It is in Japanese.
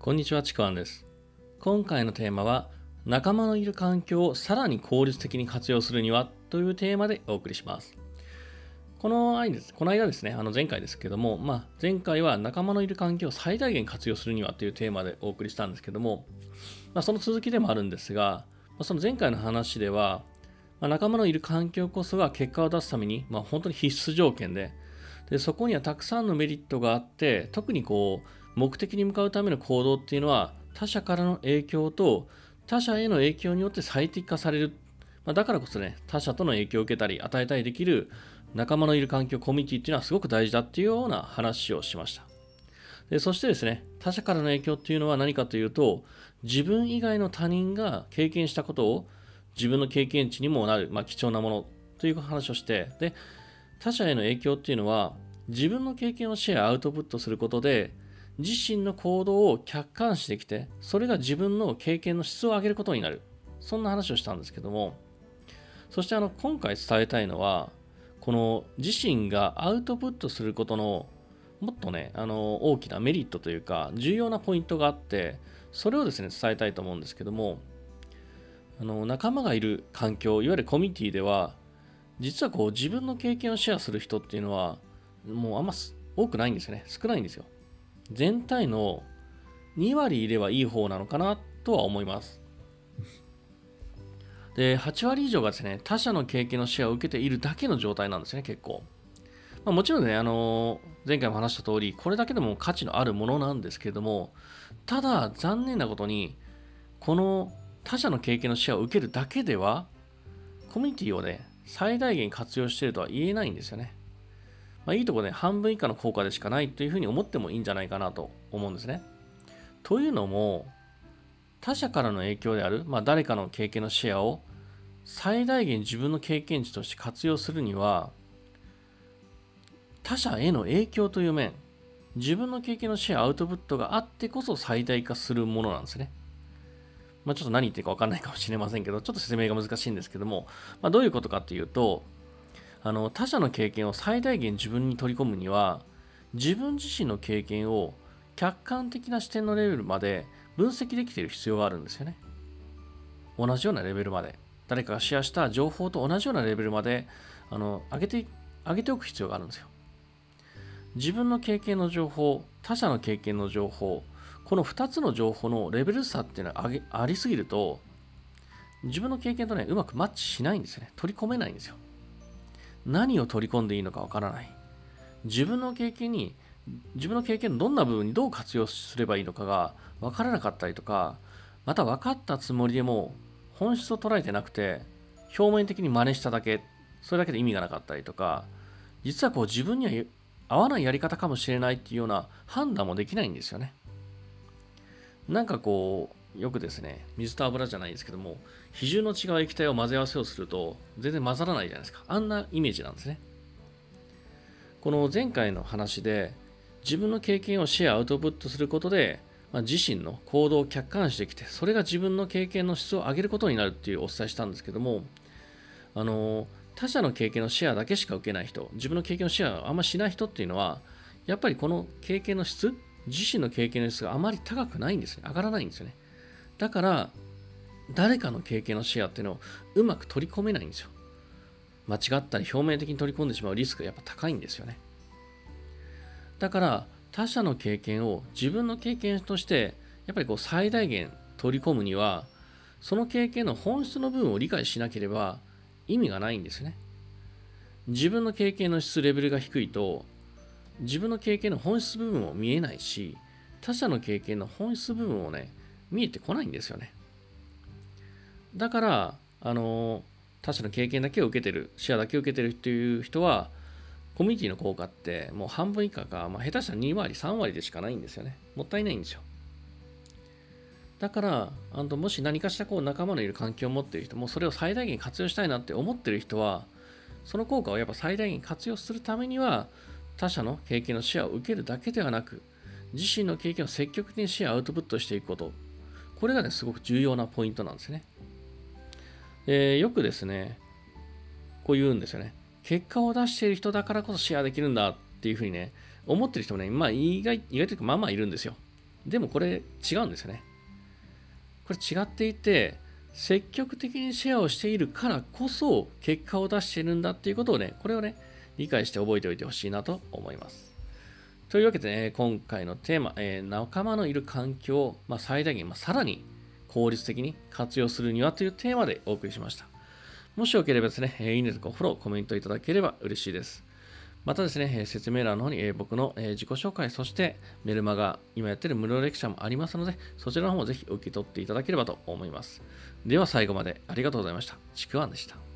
こんにちは、ちくわんです。今回のテーマは、仲間のいる環境をさらに効率的に活用するにはというテーマでお送りします。この間ですね、前回ですけども、前回は仲間のいる環境を最大限活用するにはというテーマでお送りしたんですけども、その続きでもあるんですが、その前回の話では、仲間のいる環境こそが結果を出すために、本当に必須条件で、そこにはたくさんのメリットがあって、特に目的に向かうための行動っていうのは、他者からの影響と他者への影響によって最適化される。だからこそね、他者との影響を受けたり、与えたりできる仲間のいる環境、コミュニティっていうのはすごく大事だっていうような話をしました。そしてですね、他者からの影響っていうのは何かというと、自分以外の他人が経験したことを自分の経験値にもなる、貴重なものという話をして、で、他者への影響っていうのは、自分の経験をシェア、アウトプットすることで、自身の行動を客観視できて、それが自分の経験の質を上げることになる。そんな話をしたんですけども、そして今回伝えたいのは、この自身がアウトプットすることのもっとね、大きなメリットというか、重要なポイントがあって、それをですね、伝えたいと思うんですけども、仲間がいる環境、いわゆるコミュニティでは、実は自分の経験をシェアする人っていうのは、もうあんま多くないんですよね。少ないんですよ。全体の2割いればいい方なのかなとは思います。で、8割以上がですね、他者の経験のシェアを受けているだけの状態なんですね、結構。もちろんね、前回も話した通り、これだけでも価値のあるものなんですけれども、ただ残念なことに、この他者の経験のシェアを受けるだけでは、コミュニティをね、最大限活用しているとは言えないんですよね。いいとこね、半分以下の効果でしかないというふうに思ってもいいんじゃないかなと思うんですね。というのも、他者からの影響である、誰かの経験のシェアを最大限自分の経験値として活用するには、他者への影響という面、自分の経験のシェア、アウトプットがあってこそ最大化するものなんですね。ちょっと何言ってるか分かんないかもしれませんけど、ちょっと説明が難しいんですけども、どういうことかというと、他者の経験を最大限自分に取り込むには、自分自身の経験を客観的な視点のレベルまで分析できている必要があるんですよね。同じようなレベルまで。誰かがシェアした情報と同じようなレベルまで上げておく必要があるんですよ。自分の経験の情報、他者の経験の情報、この2つの情報のレベル差っていうのがありすぎると、自分の経験とね、うまくマッチしないんですよね。取り込めないんですよ。何を取り込んでいいのかわからない。自分の経験のどんな部分にどう活用すればいいのかがわからなかったりとか、また分かったつもりでも本質を捉えてなくて、表面的に真似しただけ、それだけで意味がなかったりとか、実は自分には合わないやり方かもしれないっていうような判断もできないんですよね。なんかよくですね、水と油じゃないですけども、比重の違う液体を混ぜ合わせをすると全然混ざらないじゃないですか。あんなイメージなんですね。この前回の話で、自分の経験をシェアアウトプットすることで、自身の行動を客観視できて、それが自分の経験の質を上げることになるっていうお伝えしたんですけども、他者の経験のシェアだけしか受けない人、自分の経験のシェアをあんましない人っていうのは、やっぱりこの経験の質、自身の経験の質があまり高くないんですね。上がらないんですよね。だから、誰かの経験のシェアっていうのをうまく取り込めないんですよ。間違ったり表面的に取り込んでしまうリスクがやっぱ高いんですよね。だから他者の経験を自分の経験としてやっぱり最大限取り込むには、その経験の本質の部分を理解しなければ意味がないんですね。自分の経験の質レベルが低いと、自分の経験の本質部分も見えないし、他者の経験の本質部分をね、見えてこないんですよね。だから他者の経験だけを受けてる、シェアだけを受けてるっていう人は、コミュニティの効果ってもう半分以下か、下手したら2割、3割でしかないんですよね。もったいないんですよ。だから、もし何かしら仲間のいる環境を持っている人も、それを最大限活用したいなって思っている人は、その効果をやっぱ最大限活用するためには、他者の経験のシェアを受けるだけではなく、自身の経験を積極的にシェアアウトプットしていくこと。これがね、すごく重要なポイントなんですね。よくですね、こう言うんですよね。結果を出している人だからこそシェアできるんだっていうふうにね、思ってる人もね、意外というかいるんですよ。 でもこれ違うんですよね。これ違っていて、積極的にシェアをしているからこそ結果を出しているんだっていうことをね、これをね、理解して覚えておいてほしいなと思います。というわけでね、今回のテーマ、仲間のいる環境を、最大限、さらに効率的に活用するにはというテーマでお送りしました。もしよければですね、いいねとかフォロー、コメントいただければ嬉しいです。またですね、説明欄の方に僕の自己紹介、そしてメルマガ、今やってる無料レクチャーもありますので、そちらの方もぜひ受け取っていただければと思います。では最後までありがとうございました。ちくわんでした。